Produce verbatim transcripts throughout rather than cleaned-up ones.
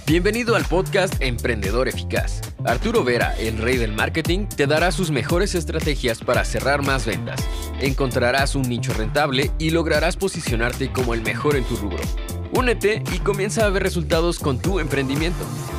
Bienvenido al podcast Emprendedor Eficaz. Arturo Vera, el rey del marketing, te dará sus mejores estrategias para cerrar más ventas. Encontrarás un nicho rentable y lograrás posicionarte como el mejor en tu rubro. Únete y comienza a ver resultados con tu emprendimiento.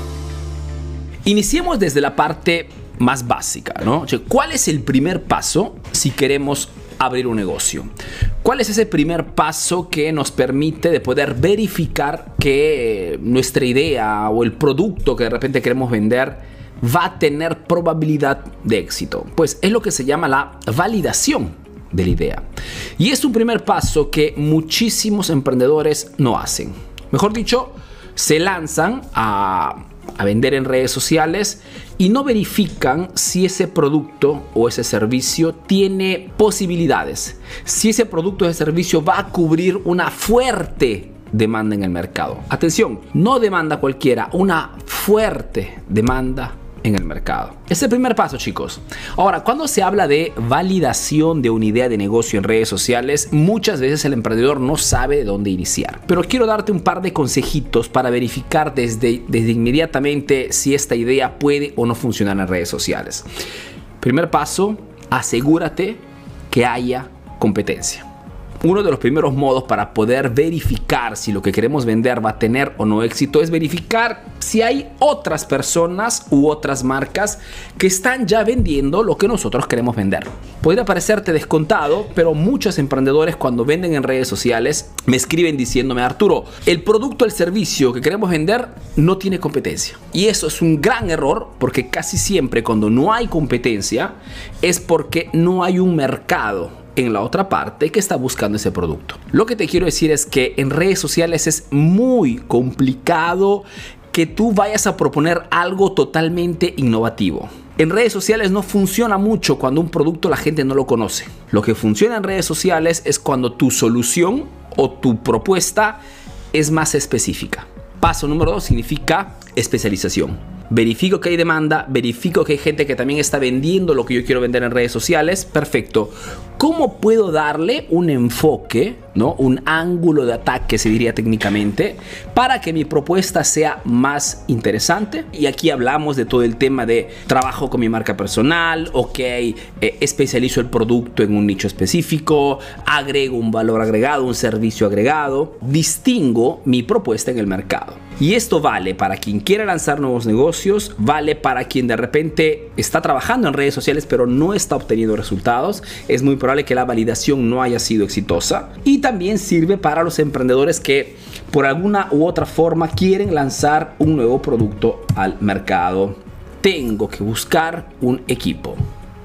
Iniciemos desde la parte más básica, ¿no? O sea, ¿cuál es el primer paso si queremos abrir un negocio? ¿Cuál es ese primer paso que nos permite de poder verificar que nuestra idea o el producto que de repente queremos vender va a tener probabilidad de éxito? Pues es lo que se llama la validación de la idea. Y es un primer paso que muchísimos emprendedores no hacen. Mejor dicho, se lanzan a, a vender en redes sociales y no verifican si ese producto o ese servicio tiene posibilidades, si ese producto o ese servicio va a cubrir una fuerte demanda en el mercado. Atención, no demanda cualquiera, una fuerte demanda en el mercado. Es el primer paso, chicos. Ahora, cuando se habla de validación de una idea de negocio en redes sociales, muchas veces el emprendedor no sabe de dónde iniciar. Pero quiero darte un par de consejitos para verificar desde, desde inmediatamente si esta idea puede o no funcionar en redes sociales. Primer paso, asegúrate que haya competencia. Uno de los primeros modos para poder verificar si lo que queremos vender va a tener o no éxito es verificar si hay otras personas u otras marcas que están ya vendiendo lo que nosotros queremos vender. Podría parecerte descontado, pero muchos emprendedores cuando venden en redes sociales me escriben diciéndome: Arturo, el producto o el servicio que queremos vender no tiene competencia. Y eso es un gran error, porque casi siempre cuando no hay competencia es porque no hay un mercado en la otra parte que está buscando ese producto. Lo que te quiero decir es que en redes sociales es muy complicado que tú vayas a proponer algo totalmente innovativo. En redes sociales no funciona mucho cuando un producto la gente no lo conoce. Lo que funciona en redes sociales es cuando tu solución o tu propuesta es más específica. Paso número dos significa especialización. Verifico que hay demanda, verifico que hay gente que también está vendiendo lo que yo quiero vender en redes sociales. Perfecto. ¿Cómo puedo darle un enfoque, ¿no? Un ángulo de ataque, se diría técnicamente, para que mi propuesta sea más interesante? Y aquí hablamos de todo el tema de trabajo con mi marca personal, ok, eh, especializo el producto en un nicho específico, agrego un valor agregado, un servicio agregado, distingo mi propuesta en el mercado. Y esto vale para quien quiera lanzar nuevos negocios, vale para quien de repente está trabajando en redes sociales pero no está obteniendo resultados. Es muy probable que la validación no haya sido exitosa. Y también sirve para los emprendedores que por alguna u otra forma quieren lanzar un nuevo producto al mercado. Tengo que buscar un equipo.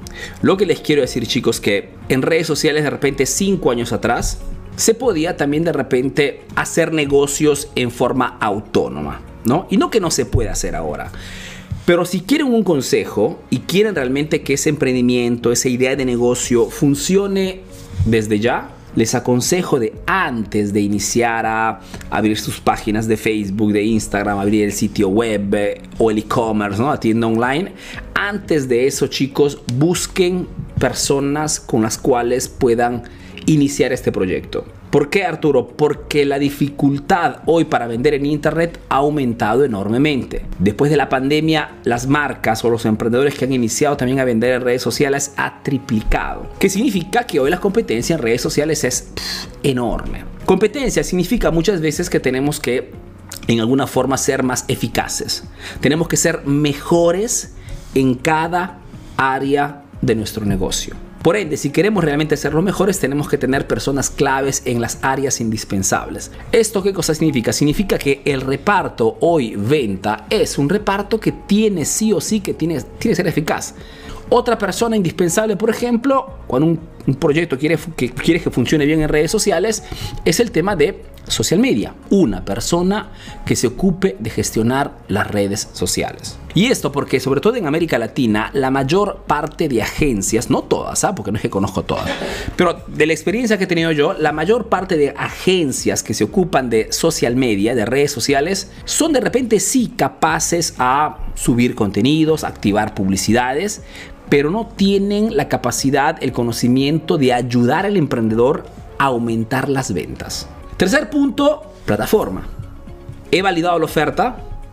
Lo que les quiero decir, chicos, que en redes sociales de repente cinco años atrás se podía también de repente hacer negocios en forma autónoma, ¿no? Y no que no se puede hacer ahora. Pero si quieren un consejo y quieren realmente que ese emprendimiento, esa idea de negocio funcione desde ya, les aconsejo de antes de iniciar a abrir sus páginas de Facebook, de Instagram, abrir el sitio web eh, o el e-commerce, ¿no? La tienda online. Antes de eso, chicos, busquen personas con las cuales puedan iniciar este proyecto. ¿Por qué, Arturo? Porque la dificultad hoy para vender en internet ha aumentado enormemente. Después de la pandemia, las marcas o los emprendedores que han iniciado también a vender en redes sociales ha triplicado. ¿Qué significa? Que hoy la competencia en redes sociales es pff, enorme. Competencia significa muchas veces que tenemos que en alguna forma ser más eficaces. Tenemos que ser mejores en cada área de nuestro negocio. Por ende, si queremos realmente ser los mejores, tenemos que tener personas claves en las áreas indispensables. ¿Esto qué cosa significa? Significa que el reparto hoy venta es un reparto que tiene sí o sí que tiene, tiene que ser eficaz. Otra persona indispensable, por ejemplo, cuando un, un proyecto quiere que, quiere que funcione bien en redes sociales, es el tema de social media. Una persona que se ocupe de gestionar las redes sociales. Y esto porque, sobre todo en América Latina, la mayor parte de agencias, no todas, ¿ah? Porque no es que conozco todas, pero de la experiencia que he tenido yo, la mayor parte de agencias que se ocupan de social media, de redes sociales, son de repente sí capaces a subir contenidos, activar publicidades, pero no tienen la capacidad, el conocimiento de ayudar al emprendedor a aumentar las ventas. Tercer punto, plataforma. He validado la oferta,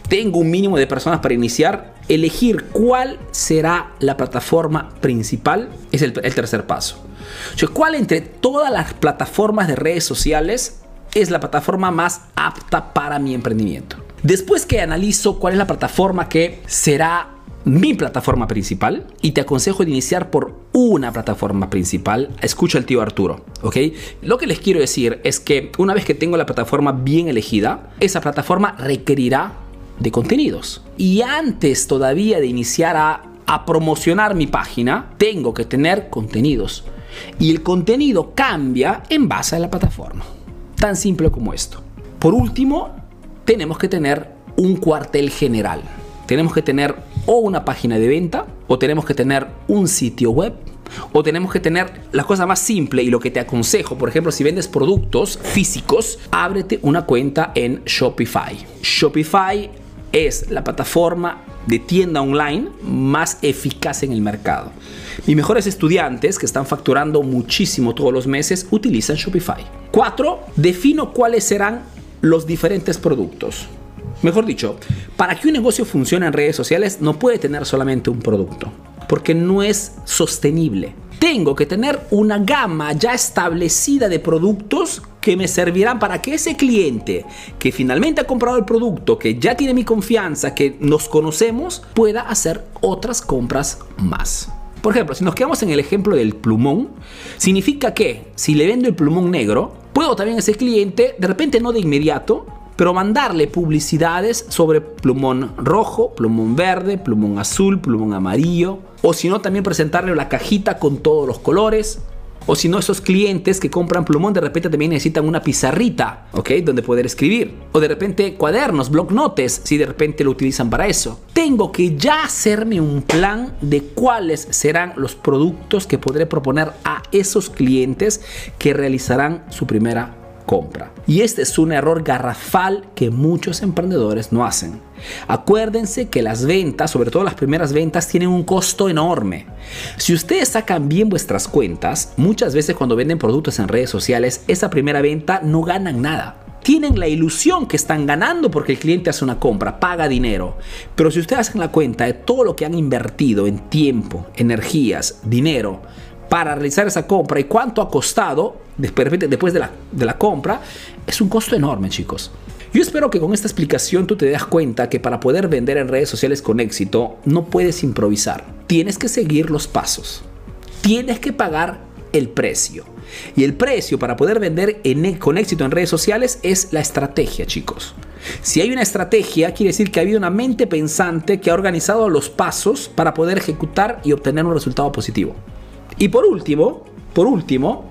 tengo un mínimo de personas para iniciar, elegir cuál será la plataforma principal es el, el tercer paso. O sea, ¿cuál entre todas las plataformas de redes sociales es la plataforma más apta para mi emprendimiento? Después que analizo cuál es la plataforma que será mi plataforma principal, y te aconsejo de iniciar por una plataforma principal, escucha al tío Arturo, ¿ok? Lo que les quiero decir es que una vez que tengo la plataforma bien elegida, esa plataforma requerirá de contenidos. Y antes todavía de iniciar a, a promocionar mi página, tengo que tener contenidos. Y el contenido cambia en base a la plataforma. Tan simple como esto. Por último, tenemos que tener un cuartel general. Tenemos que tener o una página de venta, o tenemos que tener un sitio web, o tenemos que tener la cosa más simple y lo que te aconsejo. Por ejemplo, si vendes productos físicos, ábrete una cuenta en Shopify. Shopify es la plataforma de tienda online más eficaz en el mercado. Mis mejores estudiantes, que están facturando muchísimo todos los meses, utilizan Shopify. Cuatro, defino cuáles serán los diferentes productos. Mejor dicho, para que un negocio funcione en redes sociales no puede tener solamente un producto, porque no es sostenible. Tengo que tener una gama ya establecida de productos que me servirán para que ese cliente que finalmente ha comprado el producto, que ya tiene mi confianza, que nos conocemos, pueda hacer otras compras más. Por ejemplo, si nos quedamos en el ejemplo del plumón, significa que si le vendo el plumón negro, puedo también a ese cliente, de repente no de inmediato, pero mandarle publicidades sobre plumón rojo, plumón verde, plumón azul, plumón amarillo. O si no, también presentarle la cajita con todos los colores. O si no, esos clientes que compran plumón de repente también necesitan una pizarrita, ¿ok? Donde poder escribir. O de repente cuadernos, block notes, si de repente lo utilizan para eso. Tengo que ya hacerme un plan de cuáles serán los productos que podré proponer a esos clientes que realizarán su primera compra. Y este es un error garrafal que muchos emprendedores no hacen. Acuérdense que las ventas, sobre todo las primeras ventas, tienen un costo enorme. Si ustedes sacan bien vuestras cuentas, muchas veces cuando venden productos en redes sociales, esa primera venta no ganan nada. Tienen la ilusión que están ganando porque el cliente hace una compra, paga dinero. Pero si ustedes hacen la cuenta de todo lo que han invertido en tiempo, energías, dinero, para realizar esa compra y cuánto ha costado después de la, de la compra, es un costo enorme, chicos. Yo espero que con esta explicación tú te das cuenta que para poder vender en redes sociales con éxito no puedes improvisar. Tienes que seguir los pasos. Tienes que pagar el precio. Y el precio para poder vender en, con éxito en redes sociales es la estrategia, chicos. Si hay una estrategia, quiere decir que ha habido una mente pensante que ha organizado los pasos para poder ejecutar y obtener un resultado positivo. Y por último, por último,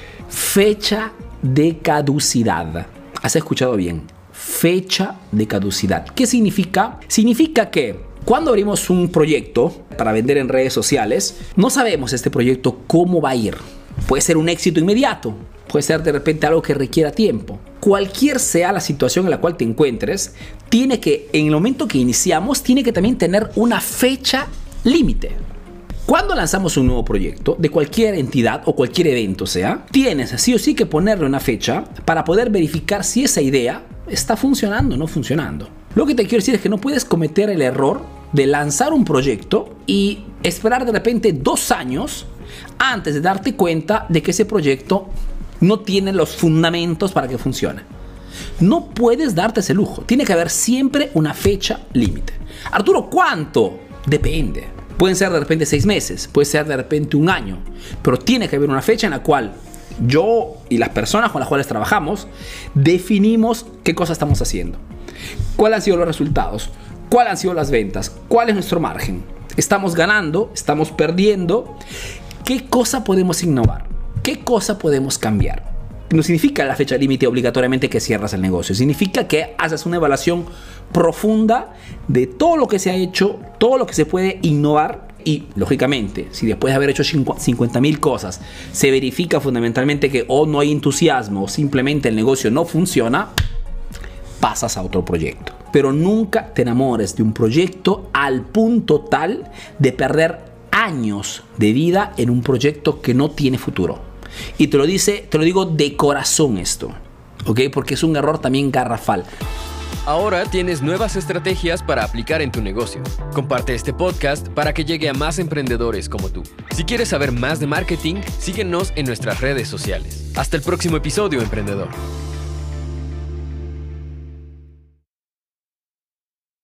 fecha de caducidad. ¿Has escuchado bien? Fecha de caducidad. ¿Qué significa? Significa que cuando abrimos un proyecto para vender en redes sociales, no sabemos este proyecto cómo va a ir. Puede ser un éxito inmediato, puede ser de repente algo que requiera tiempo. Cualquier sea la situación en la cual te encuentres, tiene que, en el momento que iniciamos, tiene que también tener una fecha límite. Cuando lanzamos un nuevo proyecto de cualquier entidad o cualquier evento sea, tienes sí o sí que ponerle una fecha para poder verificar si esa idea está funcionando o no funcionando. Lo que te quiero decir es que no puedes cometer el error de lanzar un proyecto y esperar de repente dos años antes de darte cuenta de que ese proyecto no tiene los fundamentos para que funcione. No puedes darte ese lujo. Tiene que haber siempre una fecha límite. Arturo, ¿cuánto? Depende. Pueden ser de repente seis meses, puede ser de repente un año, pero tiene que haber una fecha en la cual yo y las personas con las cuales trabajamos definimos qué cosa estamos haciendo, cuáles han sido los resultados, cuáles han sido las ventas, cuál es nuestro margen, estamos ganando, estamos perdiendo, qué cosa podemos innovar, qué cosa podemos cambiar. No significa la fecha límite obligatoriamente que cierras el negocio, significa que haces una evaluación profunda de todo lo que se ha hecho, todo lo que se puede innovar y, lógicamente, si después de haber hecho cincuenta mil cosas se verifica fundamentalmente que o no hay entusiasmo o simplemente el negocio no funciona, pasas a otro proyecto. Pero nunca te enamores de un proyecto al punto tal de perder años de vida en un proyecto que no tiene futuro. Y te lo dice, te lo digo de corazón esto, ¿ok? Porque es un error también garrafal. Ahora tienes nuevas estrategias para aplicar en tu negocio. Comparte este podcast para que llegue a más emprendedores como tú. Si quieres saber más de marketing, síguenos en nuestras redes sociales. Hasta el próximo episodio, emprendedor.